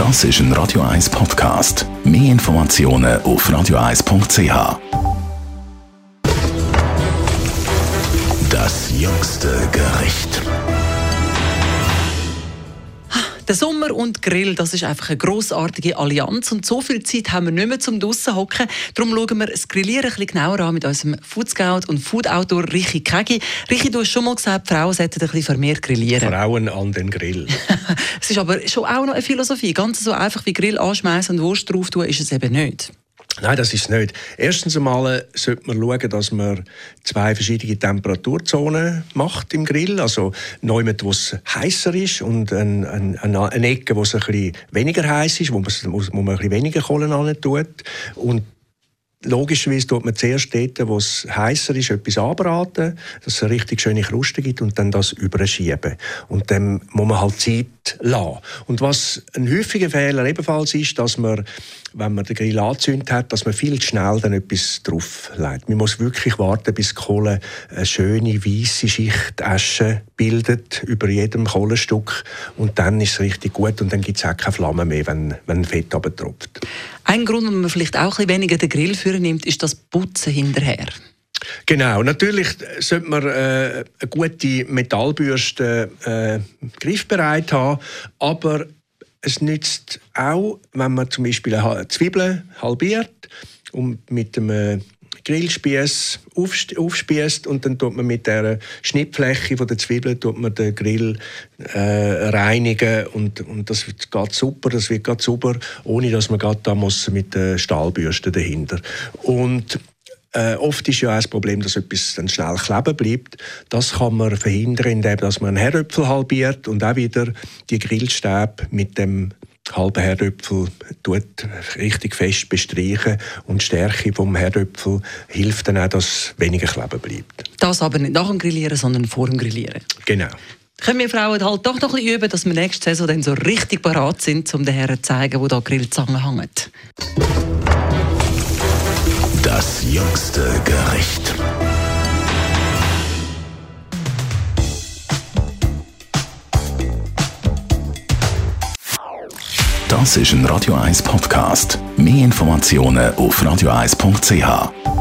Das ist ein Radio 1 Podcast. Mehr Informationen auf radio1.ch. Das jüngste Gericht. Der Sommer und Grill, das ist einfach eine grossartige Allianz. Und so viel Zeit haben wir nicht mehr zum draussen hocken. Darum schauen wir das Grillieren ein bisschen genauer an mit unserem Food-Scout und Food-Autor Richi Kegi. Richi, du hast schon mal gesagt, Frauen sollten ein bisschen vermehrt grillieren. Frauen an den Grill. Es ist aber schon auch noch eine Philosophie. Ganz so einfach wie Grill anschmeißen und Wurst drauf tun, ist es eben nicht. Nein, das ist es nicht. Erstens einmal sollte man schauen, dass man 2 verschiedene Temperaturzonen macht im Grill. Also niemand, wo es heißer ist, und eine Ecke, wo es ein bisschen weniger heiß ist, wo man ein bisschen weniger Kohlen rein tut. Und logischerweise tut man zuerst dort, wo es heißer ist, etwas anbraten, dass es eine richtig schöne Kruste gibt, und dann das überschieben. Und dann muss man halt Zeit lassen. Und was ein häufiger Fehler ebenfalls ist, dass man, wenn man den Grill angezündet hat, dass man viel zu schnell dann etwas drauflegt. Man muss wirklich warten, bis die Kohle eine schöne, weisse Schicht Asche bildet über jedem Kohlenstück. Und dann ist es richtig gut, und dann gibt es auch keine Flamme mehr, wenn Fett runtertropft. Ein Grund, warum man vielleicht auch ein bisschen weniger den Grill führen nimmt, ist das Putzen hinterher. Genau, natürlich sollte man eine gute Metallbürste griffbereit haben, aber es nützt auch, wenn man zum Beispiel eine Zwiebel halbiert und mit einem Grillspieß aufspießt, und dann tut man mit der Schnittfläche von der Zwiebel den Grill reinigen, und das geht super, das wird gerade super, ohne dass man gerade da muss mit der Stahlbürste dahinter. Und oft ist ja auch das Problem, dass etwas dann schnell kleben bleibt. Das kann man verhindern, indem man einen Herdöpfel halbiert und auch wieder die Grillstäbe mit dem halben Herdöpfel richtig fest bestreichen, und die Stärke vom Herdöpfel hilft dann auch, dass weniger kleben bleibt. Das aber nicht nach dem Grillieren, sondern vor dem Grillieren. Genau. Können wir Frauen halt doch noch ein bisschen üben, dass wir nächste Saison dann so richtig parat sind, um den Herren zu zeigen, wo da Grillzangen hängen. Das jüngste Gericht. Das ist ein Radio 1 Podcast. Mehr Informationen auf radio1.ch.